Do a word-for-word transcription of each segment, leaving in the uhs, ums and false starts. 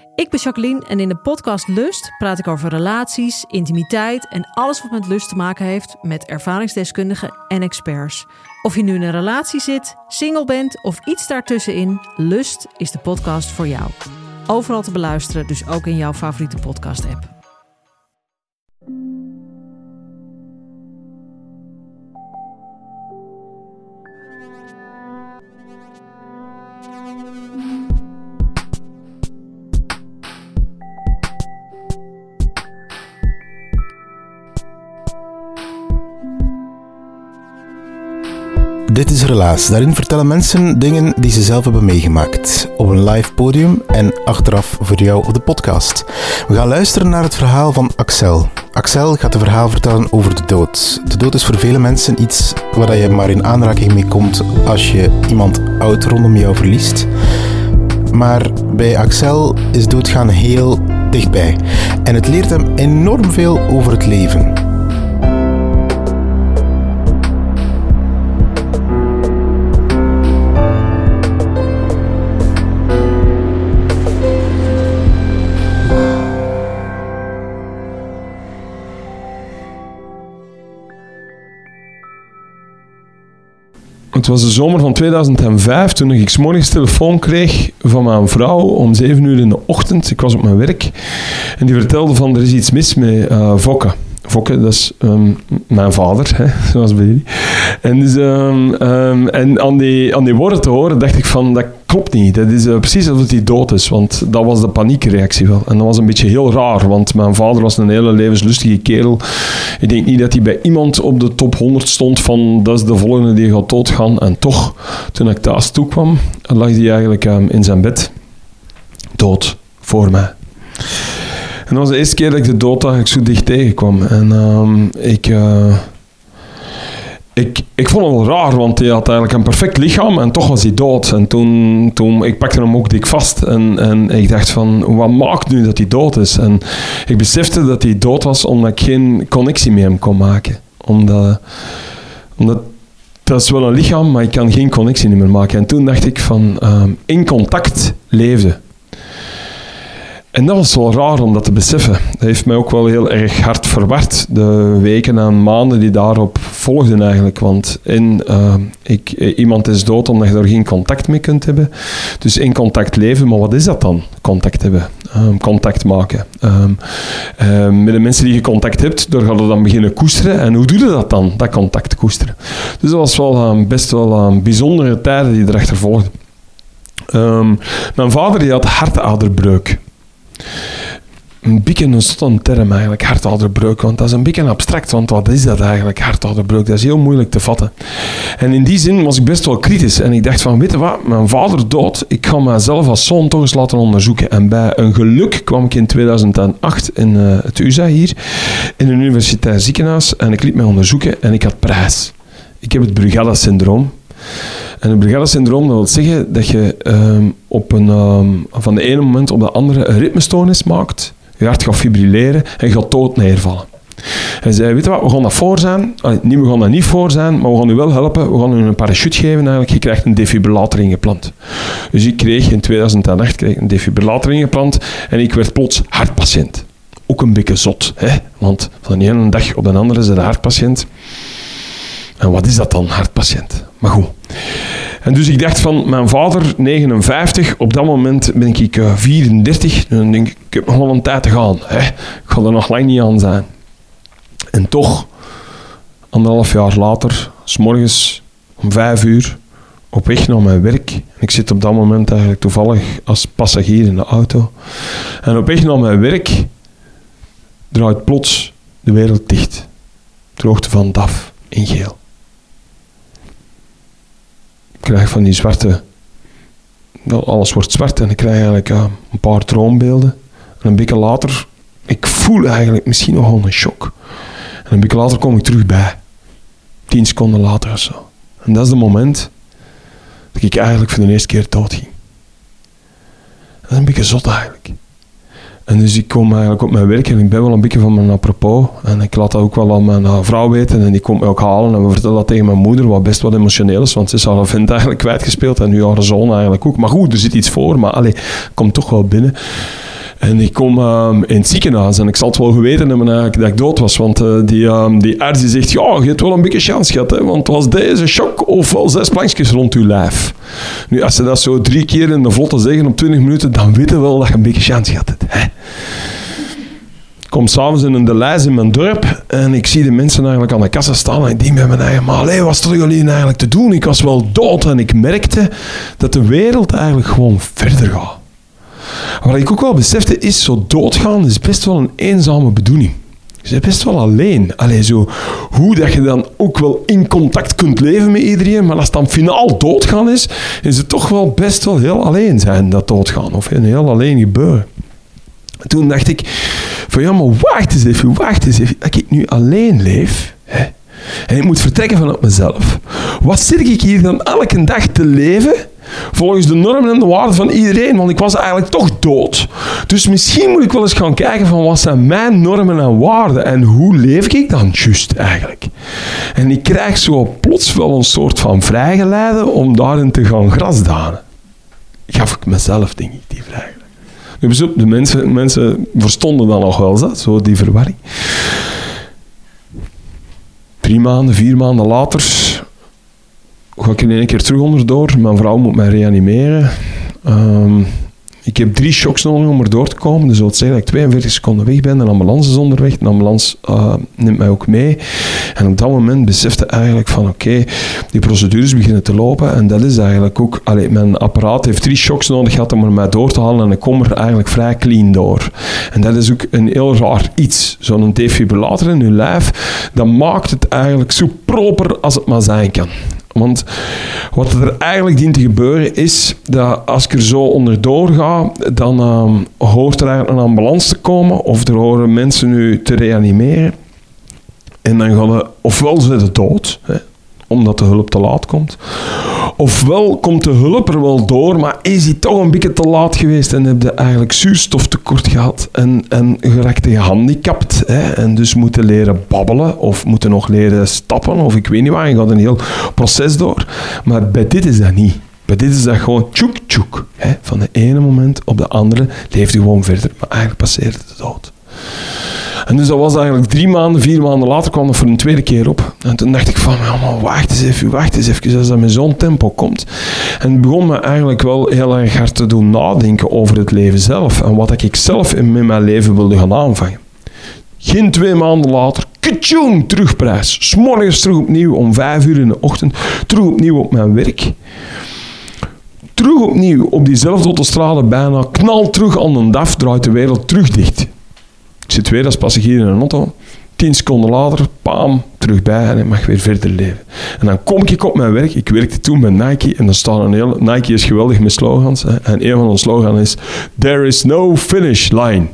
Ik ben Jacqueline en in de podcast Lust praat ik over relaties, intimiteit en alles wat met lust te maken heeft met ervaringsdeskundigen en experts. Of je nu in een relatie zit, single bent of iets daartussenin, Lust is de podcast voor jou. Overal te beluisteren, dus ook in jouw favoriete podcast-app. Dit is Relaas. Daarin vertellen mensen dingen die ze zelf hebben meegemaakt. Op een live podium en achteraf voor jou op de podcast. We gaan luisteren naar het verhaal van Axel. Axel gaat een verhaal vertellen over de dood. De dood is voor vele mensen iets waar je maar in aanraking mee komt als je iemand oud rondom jou verliest. Maar bij Axel is doodgaan heel dichtbij. En het leert hem enorm veel over het leven. Het was de zomer van tweeduizend vijf toen ik 's morgens telefoon kreeg van mijn vrouw om zeven uur in de ochtend. Ik was op mijn werk en die vertelde van er is iets mis met uh, Fokke. Fokke, dat is um, mijn vader, hè, zoals bij jullie. En, dus, um, um, en aan, die, aan die woorden te horen dacht ik van, dat klopt niet. Dat is uh, precies alsof hij dood is, want dat was de paniekreactie wel. En dat was een beetje heel raar, want mijn vader was een hele levenslustige kerel. Ik denk niet dat hij bij iemand op de top honderd stond van, dat is de volgende die gaat doodgaan. En toch, toen ik thuis toekwam, lag hij eigenlijk um, in zijn bed, dood, voor mij. En dat was de eerste keer dat ik de dood eigenlijk zo dicht tegenkwam. En um, ik, uh, ik, ik vond het wel raar, want hij had eigenlijk een perfect lichaam en toch was hij dood. En toen, toen ik pakte hem ook dik vast en, en ik dacht van, wat maakt nu dat hij dood is? En ik besefte dat hij dood was omdat ik geen connectie met hem kon maken. Omdat, omdat dat is wel een lichaam, maar ik kan geen connectie meer maken. En toen dacht ik van, um, in contact leefde. En dat was wel raar om dat te beseffen. Dat heeft mij ook wel heel erg hard verward. De weken en maanden die daarop volgden eigenlijk. Want in, uh, ik, iemand is dood omdat je daar geen contact mee kunt hebben. Dus in contact leven, maar wat is dat dan? Contact hebben. Um, contact maken. Um, uh, met de mensen die je contact hebt, daar gaat je dan beginnen koesteren. En hoe doe je dat dan, dat contact koesteren? Dus dat was wel um, best wel um, bijzondere tijden die erachter volgden. Um, mijn vader die had hartaderbreuk. Een beetje een stotte term eigenlijk, hartaderbreuk, want dat is een beetje abstract, want wat is dat eigenlijk, hartaderbreuk? Dat is heel moeilijk te vatten. En in die zin was ik best wel kritisch en ik dacht van, weet je wat, mijn vader dood, ik ga mezelf als zoon toch eens laten onderzoeken. En bij een geluk kwam ik in tweeduizend acht in uh, het U S A hier, in een universitair ziekenhuis, en ik liet mij onderzoeken en ik had prijs. Ik heb het Brugada-syndroom. En het Brugada-syndroom, dat wil zeggen dat je um, op een, um, van de ene moment op de andere een ritmestoornis maakt. Je hart gaat fibrilleren en je gaat dood neervallen. En zei, weet je wat, we gaan dat voor zijn. Allee, niet, we gaan dat niet voor zijn, maar we gaan u wel helpen. We gaan u een parachute geven eigenlijk. Je krijgt een defibrillator ingeplant. Dus ik kreeg in tweeduizend acht kreeg een defibrillator ingeplant en ik werd plots hartpatiënt. Ook een beetje zot, hè? Want van de ene dag op de andere is het een hartpatiënt. En wat is dat dan, hartpatiënt? Maar goed. En dus ik dacht van, mijn vader, negenenvijftig, op dat moment ben ik uh, vierendertig. En dan denk ik, ik heb nog wel een tijd te gaan. Hè? Ik ga er nog lang niet aan zijn. En toch, anderhalf jaar later, 's morgens om vijf uur, op weg naar mijn werk. En ik zit op dat moment eigenlijk toevallig als passagier in de auto. En op weg naar mijn werk draait plots de wereld dicht. Ter hoogte van D A F in geel. Ik krijg van die zwarte... Alles wordt zwart en ik krijg eigenlijk uh, een paar droombeelden. En een beetje later... Ik voel eigenlijk misschien nog wel een shock. En een beetje later kom ik terug bij. Tien seconden later of zo. En dat is het moment dat ik eigenlijk voor de eerste keer dood ging. Dat is een beetje zot eigenlijk. En dus ik kom eigenlijk op mijn werk en ik ben wel een beetje van mijn apropos. En ik laat dat ook wel aan mijn uh, vrouw weten en die komt mij ook halen. En we vertellen dat tegen mijn moeder, wat best wat emotioneel is. Want ze is haar vent eigenlijk kwijtgespeeld en nu haar zoon eigenlijk ook. Maar goed, er zit iets voor, maar allee, komt toch wel binnen. En ik kom uh, in het ziekenhuis en ik zal het wel geweten hebben eigenlijk dat ik dood was. Want uh, die, uh, die arts die zegt, ja, je hebt wel een beetje kans gehad, hè, want het was deze shock of wel zes plankjes rond je lijf. Nu, als ze dat zo drie keer in de vlotte zeggen op twintig minuten, dan weten we wel dat je een beetje kans gehad hebt. Hè. Ik kom s'avonds in een Delijs in mijn dorp en ik zie de mensen eigenlijk aan de kassa staan en ik denk bij mijn eigen, maar allee, wat stonden jullie eigenlijk te doen? Ik was wel dood en ik merkte dat de wereld eigenlijk gewoon verder gaat. Wat ik ook wel besefte is, zo doodgaan is best wel een eenzame bedoeling. Je bent best wel alleen. Allee, zo, hoe dat je dan ook wel in contact kunt leven met iedereen, maar als het dan finaal doodgaan is, is het toch wel best wel heel alleen zijn, dat doodgaan. Of een heel alleen gebeuren. Toen dacht ik, van ja, maar wacht eens even, wacht eens even. Dat ik nu alleen leef, hè, en ik moet vertrekken vanuit mezelf. Wat zit ik hier dan elke dag te leven? Volgens de normen en de waarden van iedereen, want ik was eigenlijk toch dood. Dus misschien moet ik wel eens gaan kijken van wat zijn mijn normen en waarden en hoe leef ik dan juist eigenlijk. En ik krijg zo plots wel een soort van vrijgeleide om daarin te gaan grasdanen. Gaf ik mezelf, denk ik, die vrijgeleide. Dus de mensen, mensen verstonden dan nog wel dat, zo die verwarring. Drie maanden, vier maanden later ga ik in één keer terug onderdoor. Mijn vrouw moet mij reanimeren. Um, ik heb drie shocks nodig om erdoor te komen. Dus dat wil zeggen dat ik tweeënveertig seconden weg ben. De ambulance is onderweg. De ambulance uh, neemt mij ook mee. En op dat moment besefte eigenlijk van oké, okay, die procedures beginnen te lopen. En dat is eigenlijk ook... Allee, mijn apparaat heeft drie shocks nodig gehad om er mij door te halen. En ik kom er eigenlijk vrij clean door. En dat is ook een heel raar iets. Zo'n defibrillator in je lijf, dat maakt het eigenlijk zo proper als het maar zijn kan. Want wat er eigenlijk dient te gebeuren is dat als ik er zo onderdoor ga, dan um, hoort er eigenlijk een ambulance te komen of er horen mensen nu te reanimeren. En dan gaan we, ofwel zijn ze dood, hè, omdat de hulp te laat komt. Ofwel komt de hulp er wel door, maar is die toch een beetje te laat geweest en heb je eigenlijk zuurstoftekort gehad en, en geraakt gehandicapt. Hè, en dus moeten leren babbelen of moeten nog leren stappen of ik weet niet waar. Je gaat een heel proces door. Maar bij dit is dat niet. Bij dit is dat gewoon tjoek tjoek. Hè, van de ene moment op de andere leeft je gewoon verder, maar eigenlijk passeert het de dood. En dus dat was eigenlijk drie maanden, vier maanden later kwam dat voor een tweede keer op. En toen dacht ik van, ja, maar wacht eens even, wacht eens even, als dat met zo'n tempo komt. En het begon me eigenlijk wel heel erg hard te doen nadenken over het leven zelf. En wat ik zelf in mijn leven wilde gaan aanvangen. Geen twee maanden later, ketjoen, terugprijs. 's Morgens terug opnieuw om vijf uur in de ochtend, terug opnieuw op mijn werk. Terug opnieuw op diezelfde autostrade bijna, knal terug aan een D A F, draait de wereld terug dicht. Ik zit weer als passagier in een auto. Tien seconden later, pam, terug bij en ik mag weer verder leven. En dan kom ik op mijn werk. Ik werkte toen bij Nike en er staat een hele... Nike is geweldig met slogans. Hè, en een van onze slogans is There is no finish line.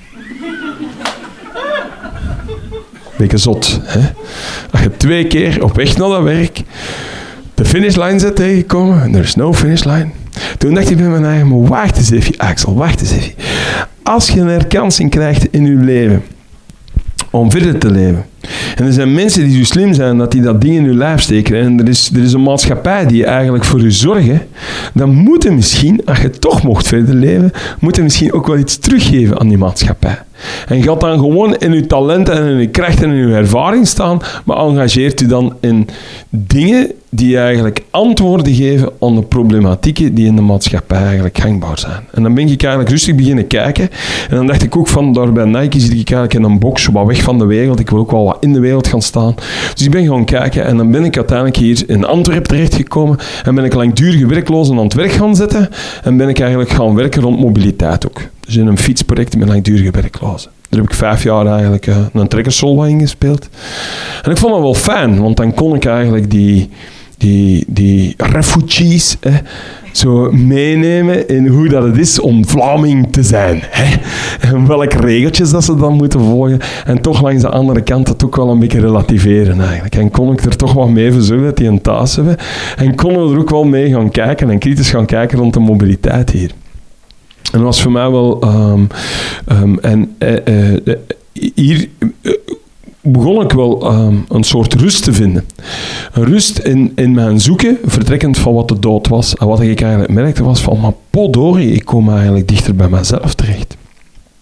Beetje zot. Hè? Als je twee keer op weg naar dat werk de finishlijn bent tegengekomen en there is no finish line. Toen dacht ik bij mijn eigen, maar wacht eens even, Axel, wacht eens even. Als je een herkansing krijgt in je leven om verder te leven. En er zijn mensen die zo slim zijn dat die dat ding in je lijf steken. En er is, er is een maatschappij die eigenlijk voor je zorgen. Dan moet je misschien, als je toch mocht verder leven, moet je misschien ook wel iets teruggeven aan die maatschappij. En gaat dan gewoon in je talenten en in je krachten en in je ervaring staan, maar engageert u dan in dingen die eigenlijk antwoorden geven aan de problematieken die in de maatschappij eigenlijk gangbaar zijn. En dan ben ik eigenlijk rustig beginnen kijken. En dan dacht ik ook van, daar bij Nike zit ik eigenlijk in een box, wat weg van de wereld. Ik wil ook wel wat in de wereld gaan staan. Dus ik ben gaan kijken en dan ben ik uiteindelijk hier in Antwerpen terechtgekomen en ben ik langdurige werklozen aan het werk gaan zetten en ben ik eigenlijk gaan werken rond mobiliteit ook. Dus in een fietsproject met langdurige werklozen. Daar heb ik vijf jaar eigenlijk uh, een trekkersrol in gespeeld. En ik vond dat wel fijn, want dan kon ik eigenlijk die, die, die refugees eh, zo meenemen in hoe dat het is om Vlaming te zijn. Hè? En welke regeltjes dat ze dan moeten volgen. En toch langs de andere kant dat ook wel een beetje relativeren eigenlijk. En kon ik er toch wat mee verzorgen dat die een thuis hebben. En konden we er ook wel mee gaan kijken en kritisch gaan kijken rond de mobiliteit hier. En dat was voor mij wel... Um, um, en uh, uh, hier uh, begon ik wel um, een soort rust te vinden. Een rust in, in mijn zoeken, vertrekkend van wat de dood was. En wat ik eigenlijk merkte was van, maar potdorie, ik kom eigenlijk dichter bij mezelf terecht.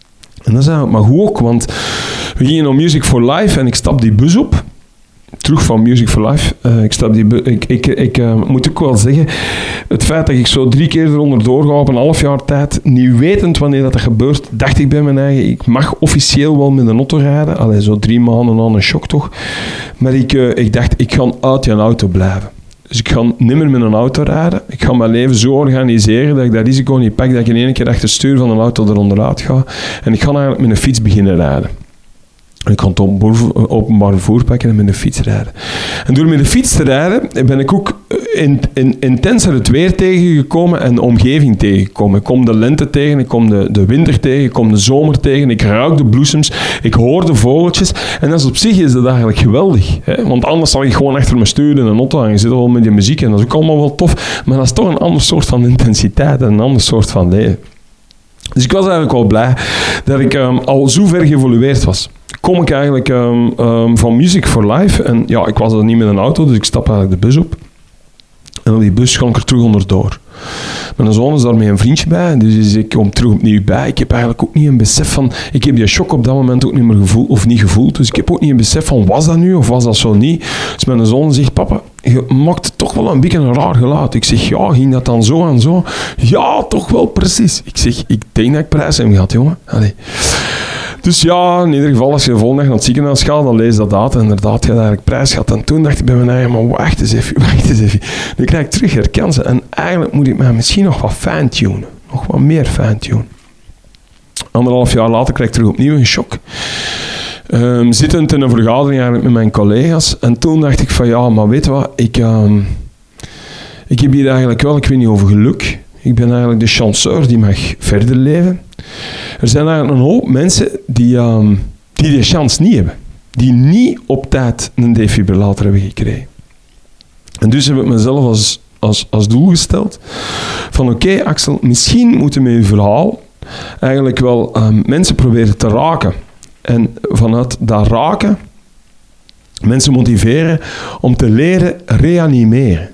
En dat is eigenlijk maar goed ook, want we gingen naar Music for Life en ik stap die bus op. Terug van Music for Life. Uh, ik stap die bu- ik, ik, ik uh, moet ook wel zeggen, het feit dat ik zo drie keer eronder doorga op een half jaar tijd, niet wetend wanneer dat gebeurt, dacht ik bij mijn eigen, ik mag officieel wel met een auto rijden. Allee, zo drie maanden aan een shock toch. Maar ik, uh, ik dacht, ik ga uit die auto blijven. Dus ik ga niet meer met een auto rijden. Ik ga mijn leven zo organiseren dat ik dat risico niet pak, dat ik in één keer achter het stuur van een auto eronderuit ga. En ik ga eigenlijk met een fiets beginnen rijden. Ik kan het openbaar vervoer pakken en met de fiets rijden. En door met de fiets te rijden ben ik ook in, in, intenser het weer tegengekomen en de omgeving tegengekomen. Ik kom de lente tegen, ik kom de, de winter tegen, ik kom de zomer tegen, ik ruik de bloesems, ik hoor de vogeltjes. En dat is op zich is dat eigenlijk geweldig. Hè? Want anders zal ik gewoon achter mijn stuur in een auto en je zit al met je muziek en dat is ook allemaal wel tof. Maar dat is toch een ander soort van intensiteit en een ander soort van leven. Dus ik was eigenlijk wel blij dat ik um, al zo ver geëvolueerd was. Kom ik eigenlijk um, um, van Music for Life. En ja, ik was er niet met een auto, dus ik stap eigenlijk de bus op. En op die bus ga ik er terug onderdoor. Mijn zoon is daar met een vriendje bij, dus ik kom terug opnieuw bij. Ik heb eigenlijk ook niet een besef van... Ik heb die shock op dat moment ook niet meer gevoeld, of niet gevoeld. Dus ik heb ook niet een besef van, was dat nu of was dat zo niet? Dus mijn zoon zegt, papa, je maakt toch wel een beetje een raar geluid. Ik zeg, ja, ging dat dan zo en zo? Ja, toch wel precies. Ik zeg, ik denk dat ik prijs heb gehad, jongen. Allee. Dus ja, in ieder geval, als je de volgende dag naar het ziekenhuis gaat, dan lees dat uit en inderdaad, je hebt eigenlijk prijs gehad. En toen dacht ik bij mijn eigen, maar wacht eens even, wacht eens even. Nu krijg ik terug herkansen en eigenlijk moet ik mij misschien nog wat fine-tunen. Nog wat meer fine-tunen. Anderhalf jaar later krijg ik terug opnieuw een shock. Um, zittend in een vergadering eigenlijk met mijn collega's. En toen dacht ik van, ja, maar weet je wat, ik, um, ik heb hier eigenlijk wel, ik weet niet over geluk. Ik ben eigenlijk de chanceur die mag verder leven. Er zijn eigenlijk een hoop mensen die, um, die die chance niet hebben. Die niet op tijd een defibrillator hebben gekregen. En dus heb ik mezelf als, als, als doel gesteld van oké, okay, Axel, misschien moeten we met je verhaal eigenlijk wel um, mensen proberen te raken. En vanuit dat raken mensen motiveren om te leren reanimeren.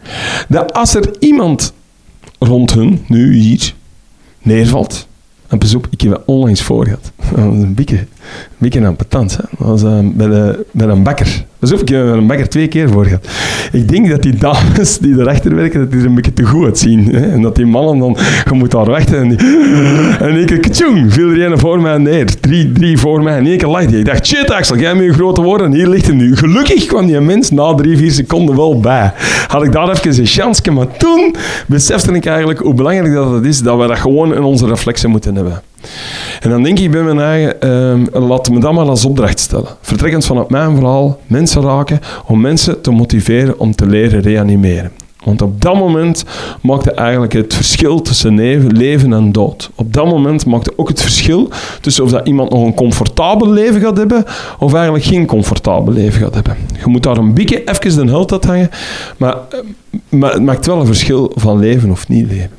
Dat als er iemand rond hun, nu hier, neervalt. En pas op, ik heb het onlangs voor gehad. Dat was een beetje, een beetje aan patant. Dat was uh, bij, de, bij een bakker. Pas op, ik heb een bakker twee keer voor gehad. Ik denk dat die dames die erachter werken, dat die er een beetje te goed uitzien. Hè? En dat die mannen dan, je moet daar wachten. En, die, en in één keer, tjoeng, viel er een voor mij neer. Drie, drie voor mij. En in één keer lag die. Ik dacht, shit Axel, jij met je grote woorden. Hier ligt hij nu. Gelukkig kwam die mens na drie, vier seconden wel bij. Had ik daar even een chance. Maar toen besefte ik eigenlijk hoe belangrijk dat het is, dat we dat gewoon in onze reflexen moeten hebben. En dan denk ik bij mijn eigen, um, laat me dat maar als opdracht stellen. Vertrekkend vanuit mijn verhaal, mensen raken, om mensen te motiveren om te leren reanimeren. Want op dat moment maakte eigenlijk het verschil tussen leven en dood. Op dat moment maakte ook het verschil tussen of dat iemand nog een comfortabel leven gaat hebben, of eigenlijk geen comfortabel leven gaat hebben. Je moet daar een beetje even de held uit hangen, maar, maar het maakt wel een verschil van leven of niet leven.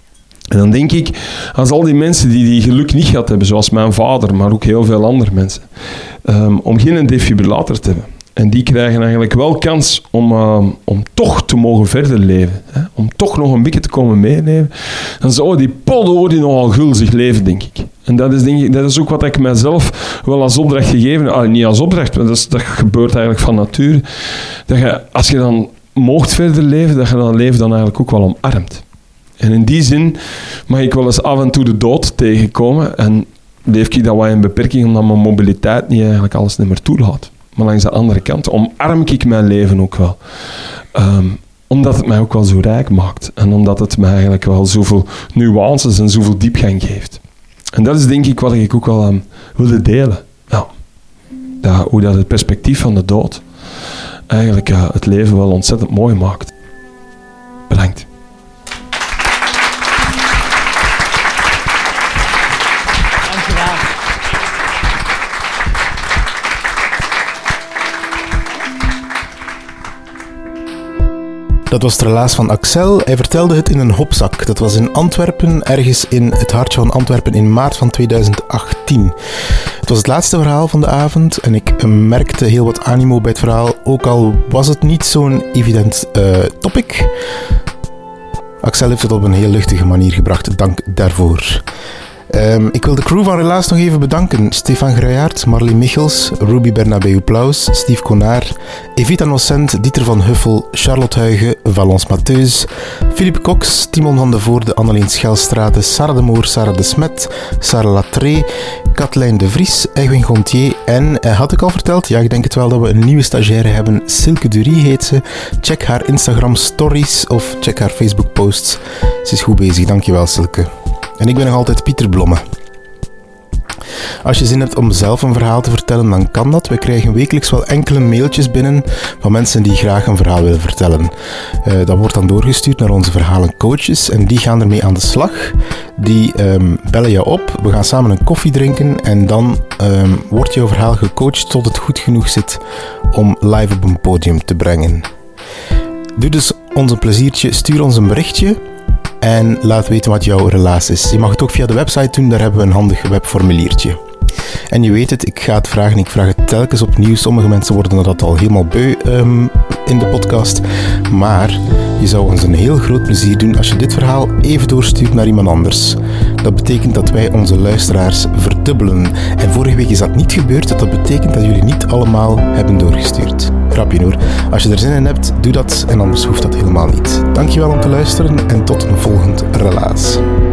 En dan denk ik, als al die mensen die die geluk niet gehad hebben, zoals mijn vader, maar ook heel veel andere mensen, um, om geen defibrillator te hebben. En die krijgen eigenlijk wel kans om, uh, om toch te mogen verder leven. Hè? Om toch nog een beetje te komen meeleven. Dan zou die poddo die nogal gulzig leven, denk ik. En dat is, denk ik, dat is ook wat ik mijzelf wel als opdracht gegeven heb. Ah, niet als opdracht, maar dat, is, dat gebeurt eigenlijk van nature. Dat je, als je dan moogt verder leven, dat je dat leven dan eigenlijk ook wel omarmt. En in die zin mag ik wel eens af en toe de dood tegenkomen. En leef ik dat wat in beperking, omdat mijn mobiliteit niet eigenlijk alles niet meer toelaat. Maar langs de andere kant omarm ik mijn leven ook wel. Um, omdat het mij ook wel zo rijk maakt. En omdat het mij eigenlijk wel zoveel nuances en zoveel diepgang geeft. En dat is denk ik wat ik ook wel um, wilde delen. Nou, dat, hoe dat het perspectief van de dood eigenlijk uh, het leven wel ontzettend mooi maakt. Bedankt. Dat was het relaas van Axel. Hij vertelde het in een hopzak. Dat was in Antwerpen, ergens in het hartje van Antwerpen in maart van tweeduizend achttien. Het was het laatste verhaal van de avond en ik merkte heel wat animo bij het verhaal, ook al was het niet zo'n evident uh, topic. Axel heeft het op een heel luchtige manier gebracht, dank daarvoor. Um, ik wil de crew van Relaas nog even bedanken. Stefan Gruijaert, Marlie Michels, Ruby Bernabeu Plaus, Steve Konaar, Evita Nocent, Dieter van Huffel, Charlotte Huigen, Valence Matheus, Philippe Cox, Timon van de Voorde, Anneleen Schelstraten, Sarah de Moor, Sarah de Smet, Sarah Latree, Katlijn de Vries, Egwin Gontier en, uh, had ik al verteld, ja ik denk het wel, dat we een nieuwe stagiaire hebben. Silke Durie heet ze. Check haar Instagram stories of check haar Facebook posts. Ze is goed bezig, dankjewel Silke. En ik ben nog altijd Pieter Blomme. Als je zin hebt om zelf een verhaal te vertellen, dan kan dat. We krijgen wekelijks wel enkele mailtjes binnen van mensen die graag een verhaal willen vertellen. Uh, dat wordt dan doorgestuurd naar onze verhalencoaches en die gaan ermee aan de slag. Die um, bellen jou op, we gaan samen een koffie drinken en dan um, wordt jouw verhaal gecoacht tot het goed genoeg zit om live op een podium te brengen. Doe dus ons een pleziertje, stuur ons een berichtje en laat weten wat jouw relaas is. Je mag het ook via de website doen, daar hebben we een handig webformuliertje. En je weet het, ik ga het vragen, ik vraag het telkens opnieuw. Sommige mensen worden dat al helemaal beu um, in de podcast. Maar je zou ons een heel groot plezier doen als je dit verhaal even doorstuurt naar iemand anders. Dat betekent dat wij onze luisteraars verdubbelen. En vorige week is dat niet gebeurd, dat betekent dat jullie niet allemaal hebben doorgestuurd. Grapje hoor. Als je er zin in hebt, doe dat en anders hoeft dat helemaal niet. Dankjewel om te luisteren en tot een volgend relaas.